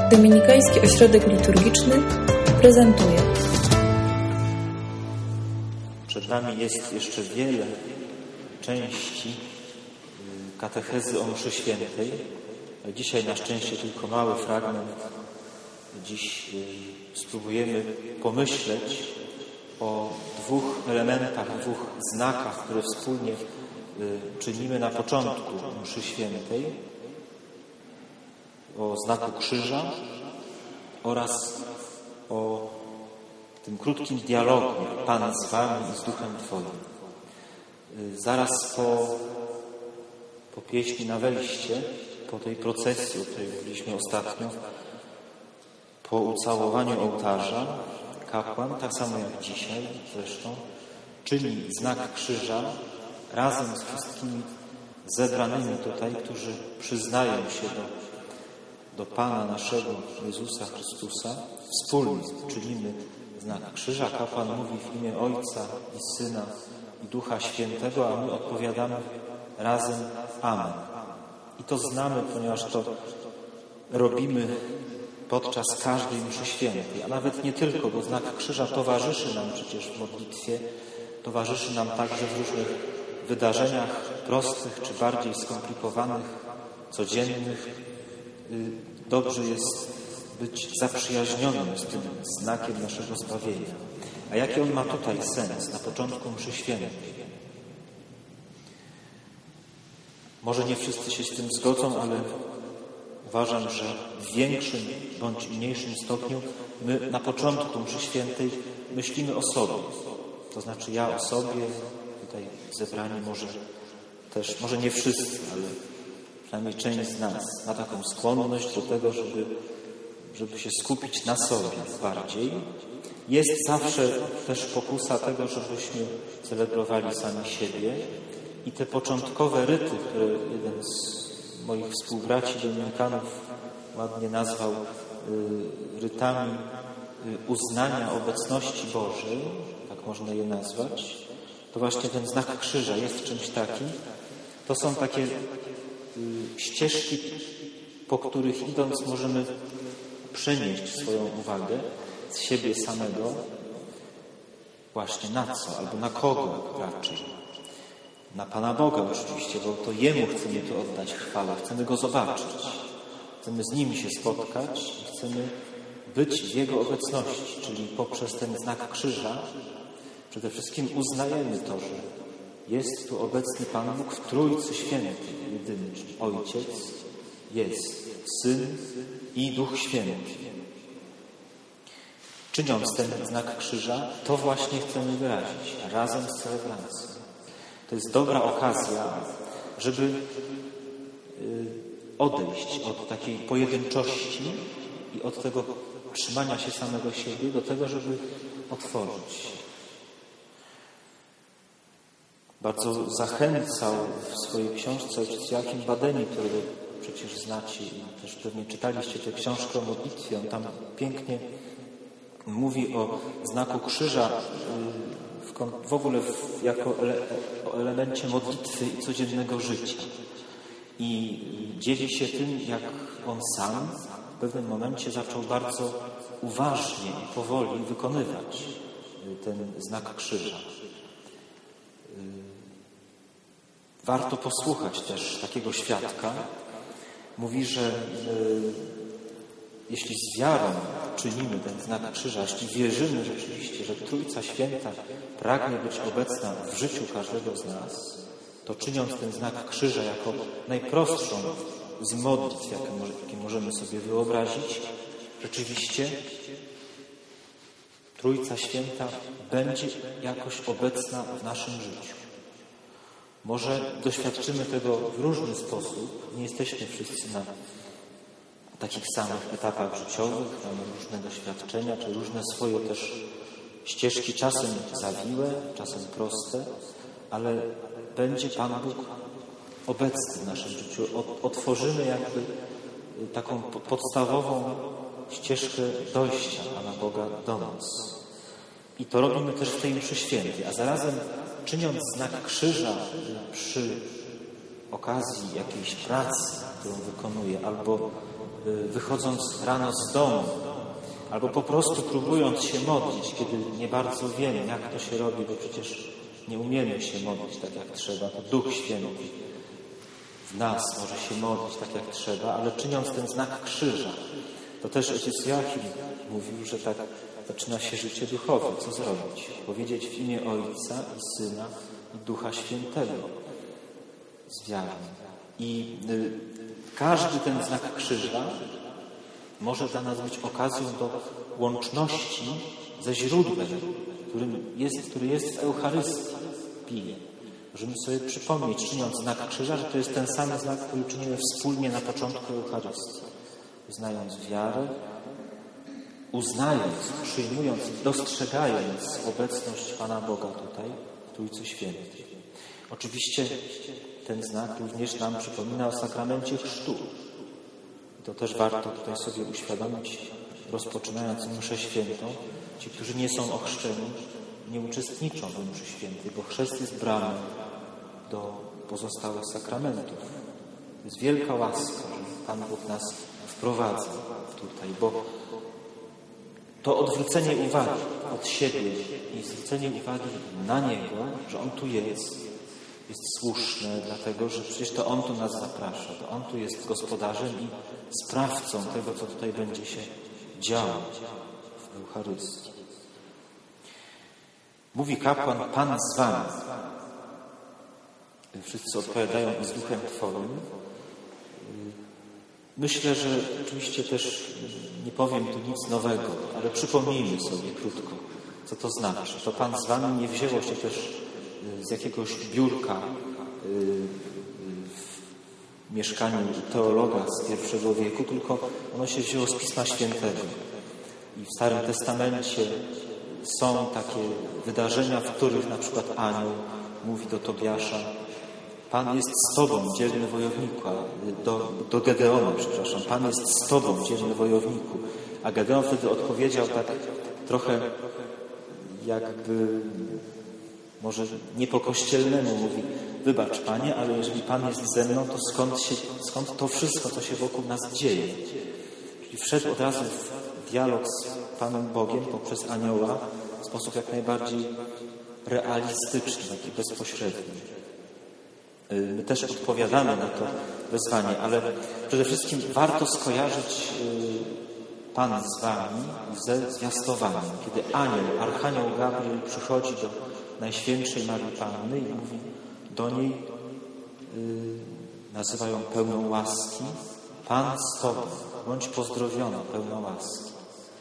Dominikański Ośrodek Liturgiczny prezentuje. Przed nami jest jeszcze wiele części katechezy o mszy świętej. Dzisiaj na szczęście tylko mały fragment. Dziś spróbujemy pomyśleć o dwóch elementach, dwóch znakach, które wspólnie czynimy na początku mszy świętej. O znaku krzyża oraz o tym krótkim dialogu Pan z wami i z Duchem Twoim. Zaraz po pieśni na wejście, po tej procesji, o której mówiliśmy ostatnio, po ucałowaniu ołtarza, kapłan, tak samo jak dzisiaj zresztą, czyni znak krzyża razem z wszystkimi zebranymi tutaj, którzy przyznają się do Pana naszego Jezusa Chrystusa. Wspólnie czynimy znak krzyża. Kapłan mówi w imię Ojca i Syna i Ducha Świętego, a my odpowiadamy razem Amen. I to znamy, ponieważ to robimy podczas każdej mszy świętej, a nawet nie tylko, bo znak krzyża towarzyszy nam przecież w modlitwie, towarzyszy nam także w różnych wydarzeniach prostych czy bardziej skomplikowanych, codziennych. Dobrze jest być zaprzyjaźnionym z tym znakiem naszego zbawienia. A jaki on ma tutaj sens na początku mszy świętej? Może nie wszyscy się z tym zgodzą, ale uważam, że w większym bądź mniejszym stopniu my na początku mszy świętej myślimy o sobie. To znaczy ja o sobie, tutaj zebrani może nie wszyscy, ale przynajmniej część z nas ma taką skłonność do tego, żeby się skupić na sobie bardziej. Jest zawsze też pokusa tego, żebyśmy celebrowali sami siebie i te początkowe ryty, które jeden z moich współbraci dominikanów ładnie nazwał rytami uznania obecności Bożej, tak można je nazwać, to właśnie ten znak krzyża jest czymś takim. To są takie ścieżki, po których idąc możemy przenieść swoją uwagę z siebie samego właśnie na co, albo na kogo raczej. Na Pana Boga oczywiście, bo to Jemu chcemy tu oddać chwałę, chcemy Go zobaczyć, chcemy z Nim się spotkać i chcemy być w Jego obecności, czyli poprzez ten znak krzyża przede wszystkim uznajemy to, że jest tu obecny Pan Bóg w Trójcy Świętej, jedyny, czyli Ojciec, jest Syn i Duch Święty. Czyniąc ten znak krzyża, to właśnie chcemy wyrazić razem z celebracją. To jest dobra okazja, żeby odejść od takiej pojedynczości i od tego trzymania się samego siebie do tego, żeby otworzyć się. Bardzo zachęcał w swojej książce ojciec Joachim Badeni, którego przecież znacie i też pewnie czytaliście tę książkę o modlitwie. On tam pięknie mówi o znaku krzyża w ogóle jako o elemencie modlitwy i codziennego życia. I dzieli się tym, jak on sam w pewnym momencie zaczął bardzo uważnie i powoli wykonywać ten znak krzyża. Warto posłuchać też takiego świadka. Mówi, że jeśli z wiarą czynimy ten znak krzyża, jeśli wierzymy rzeczywiście, że Trójca Święta pragnie być obecna w życiu każdego z nas, to czyniąc ten znak krzyża jako najprostszą z modlitw, jakie możemy sobie wyobrazić, rzeczywiście Trójca Święta będzie jakoś obecna w naszym życiu. Może doświadczymy tego w różny sposób. Nie jesteśmy wszyscy na takich samych etapach życiowych, mamy różne doświadczenia, czy różne swoje też ścieżki, czasem zawiłe, czasem proste, ale będzie Pan Bóg obecny w naszym życiu. Otworzymy jakby taką podstawową ścieżkę dojścia Pana Boga do nas. I to robimy też w tej mszy świętej, a zarazem czyniąc znak krzyża przy okazji jakiejś pracy, którą wykonuję, albo wychodząc rano z domu, albo po prostu próbując się modlić, kiedy nie bardzo wiemy, jak to się robi, bo przecież nie umiemy się modlić tak, jak trzeba, to Duch Święty w nas może się modlić tak, jak trzeba, ale czyniąc ten znak krzyża, to też ojciec Joachim mówił, że tak zaczyna się życie duchowe. Co zrobić? Powiedzieć w imię Ojca i Syna i Ducha Świętego z wiarą. I każdy ten znak krzyża może dla nas być okazją do łączności ze źródłem, który jest w Eucharystii. Możemy sobie przypomnieć, czyniąc znak krzyża, że to jest ten sam znak, który czynimy wspólnie na początku Eucharystii. Wyznając wiarę, uznając, przyjmując, dostrzegając obecność Pana Boga tutaj, w Trójcy Świętej. Oczywiście ten znak również nam przypomina o sakramencie chrztu. I to też warto tutaj sobie uświadomić, rozpoczynając mszę świętą. Ci, którzy nie są ochrzczeni, nie uczestniczą w mszy świętej, bo chrzest jest bramą do pozostałych sakramentów. To jest wielka łaska, że Pan Bóg nas wprowadza tutaj, bo to odwrócenie uwagi od siebie i zwrócenie uwagi na Niego, że On tu jest słuszne, dlatego że przecież to On tu nas zaprasza, to On tu jest gospodarzem i sprawcą tego, co tutaj będzie się działo w Eucharystii. Mówi kapłan, Pan z wami. Wszyscy odpowiadają i z Duchem Twoim. Myślę, że oczywiście też nie powiem tu nic nowego, ale przypomnijmy sobie krótko, co to znaczy. To Pan z wami nie wzięło się też z jakiegoś biurka w mieszkaniu teologa z I wieku, tylko ono się wzięło z Pisma Świętego. I w Starym Testamencie są takie wydarzenia, w których na przykład anioł mówi do Tobiasza: Pan jest z Tobą, dzielny wojowniku, do Gedeona, przepraszam, Pan jest z Tobą, dzielny wojowniku. A Gedeon wtedy odpowiedział tak trochę jakby, może nie po kościelnemu, mówi: wybacz Panie, ale jeżeli Pan jest ze mną, to skąd to wszystko, co się wokół nas dzieje? Czyli wszedł od razu w dialog z Panem Bogiem poprzez anioła w sposób jak najbardziej realistyczny, taki bezpośredni. My też odpowiadamy na to wezwanie, ale przede wszystkim warto skojarzyć Pan z wami ze zwiastowaniem. Kiedy archanioł Gabriel przychodzi do Najświętszej Marii Panny i mówi do niej, nazywa ją pełną łaski: Pan z Tobą, bądź pozdrowiona, pełna łaski.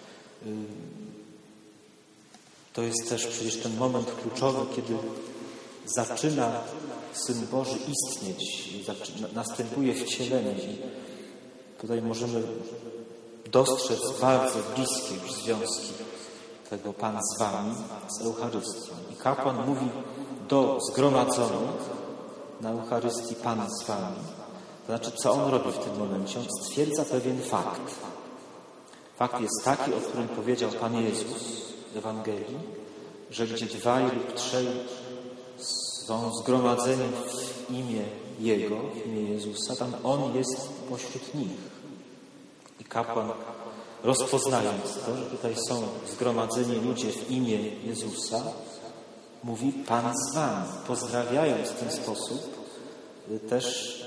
To jest też przecież ten moment kluczowy, kiedy zaczyna Syn Boży istnieć, następuje wcielenie i tutaj możemy dostrzec bardzo bliskie już związki tego Pan z wami, z Eucharystią. I kapłan mówi do zgromadzonych na Eucharystii: Pan z wami. To znaczy, co on robi w tym momencie? On stwierdza pewien fakt. Fakt jest taki, o którym powiedział Pan Jezus w Ewangelii, że gdzie 2 lub 3 są zgromadzeni w imię Jego, w imię Jezusa, tam On jest pośród nich. I kapłan, rozpoznając to, że tutaj są zgromadzeni ludzie w imię Jezusa, mówi: Pan z wami. Pozdrawiając w ten sposób, też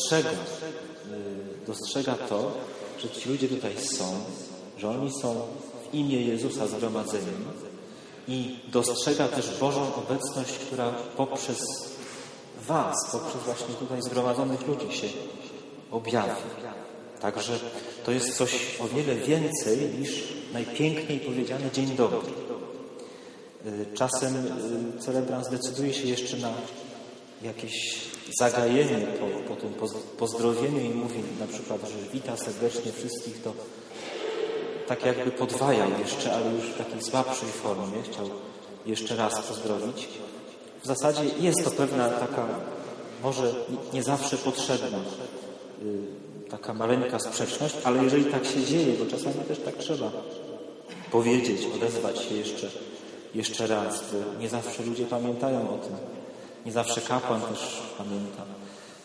dostrzega to, że ci ludzie tutaj są, że oni są w imię Jezusa zgromadzeni i dostrzega też Bożą obecność, która poprzez was, poprzez właśnie tutaj zgromadzonych ludzi się objawi. Także to jest coś o wiele więcej niż najpiękniej powiedziane dzień dobry. Czasem celebrant decyduje się jeszcze na jakieś zagajenie po tym pozdrowieniu i mówi na przykład, że wita serdecznie wszystkich, to tak jakby podwajał jeszcze, ale już w takiej słabszej formie. Chciał jeszcze raz pozdrowić. W zasadzie jest to pewna taka, może nie zawsze potrzebna, taka maleńka sprzeczność, ale jeżeli tak się dzieje, bo czasami też tak trzeba powiedzieć, odezwać się jeszcze raz, bo nie zawsze ludzie pamiętają o tym. Nie zawsze kapłan też pamięta.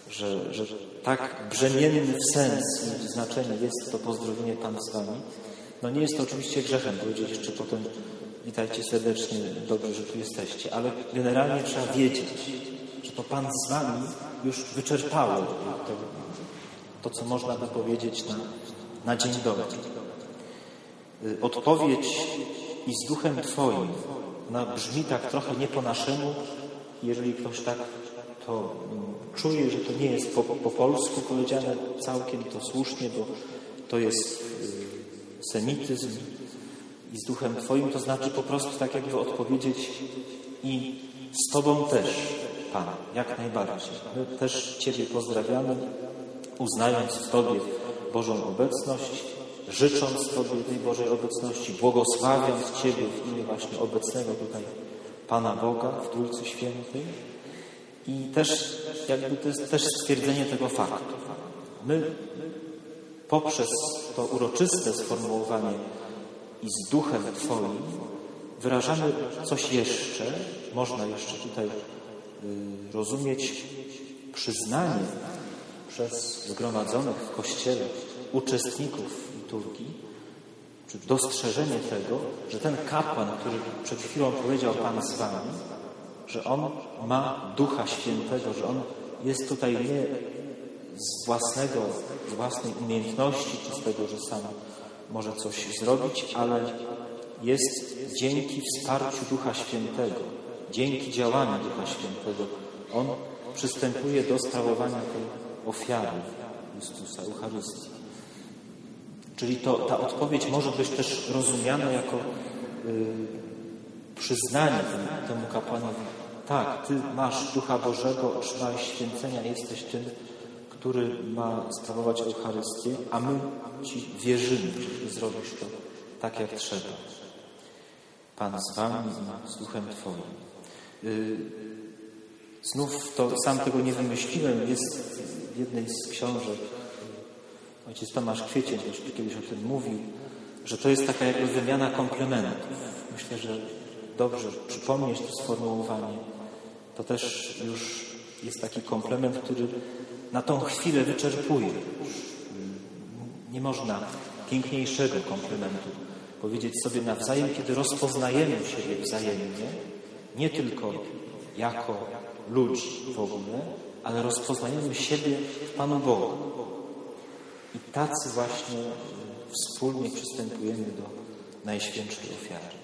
że tak brzemienny w sens i w znaczeniu jest to pozdrowienie Pan z wami. No nie jest to oczywiście grzechem powiedzieć jeszcze potem witajcie serdecznie, dobrze, że tu jesteście, ale generalnie trzeba wiedzieć, że to Pan z wami już wyczerpało to co można by powiedzieć na dzień dobry. Odpowiedź i z duchem Twoim, ona brzmi tak trochę nie po naszemu. Jeżeli ktoś tak to czuje, że to nie jest po polsku powiedziane całkiem, to słusznie, bo to jest semityzm i z duchem Twoim, to znaczy po prostu tak jakby odpowiedzieć i z Tobą też, Pan, jak najbardziej. My też Ciebie pozdrawiamy, uznając w Tobie Bożą obecność, życząc Tobie tej Bożej obecności, błogosławiąc Ciebie w imię właśnie obecnego tutaj Pana Boga w Trójcy Świętej. I też jakby to jest też stwierdzenie tego faktu. My poprzez to uroczyste sformułowanie i z duchem Twoim wyrażamy coś jeszcze, można jeszcze tutaj rozumieć przyznanie przez zgromadzonych w Kościele uczestników liturgii, czy dostrzeżenie tego, że ten kapłan, który przed chwilą powiedział Pan z wami, że on ma Ducha Świętego, że on jest tutaj nie z własnej umiejętności, czy z tego, że sam może coś zrobić, ale jest dzięki wsparciu Ducha Świętego, dzięki działaniu Ducha Świętego. On przystępuje do sprawowania tej ofiary Chrystusa, Eucharystii. Czyli ta odpowiedź może być też rozumiana jako przyznanie temu kapłanowi. Tak, Ty masz Ducha Bożego, otrzymałeś święcenia, jesteś tym, który ma sprawować Eucharystię, a my Ci wierzymy, że Ty zrobisz to tak, jak trzeba. Pan z wami i z Duchem Twoim. Znów to sam tego nie wymyśliłem. Jest w jednej z książek, ojciec Tomasz Kwiecień też kiedyś o tym mówił, że to jest taka jakby wymiana komplementów. Myślę, że dobrze przypomnieć to sformułowanie. To też już jest taki komplement, który na tą chwilę wyczerpuje. Nie można piękniejszego komplementu powiedzieć sobie nawzajem, kiedy rozpoznajemy siebie wzajemnie, nie tylko jako ludzi w ogóle, ale rozpoznajemy siebie w Panu Bogu. I tacy właśnie wspólnie przystępujemy do Najświętszej Ofiary.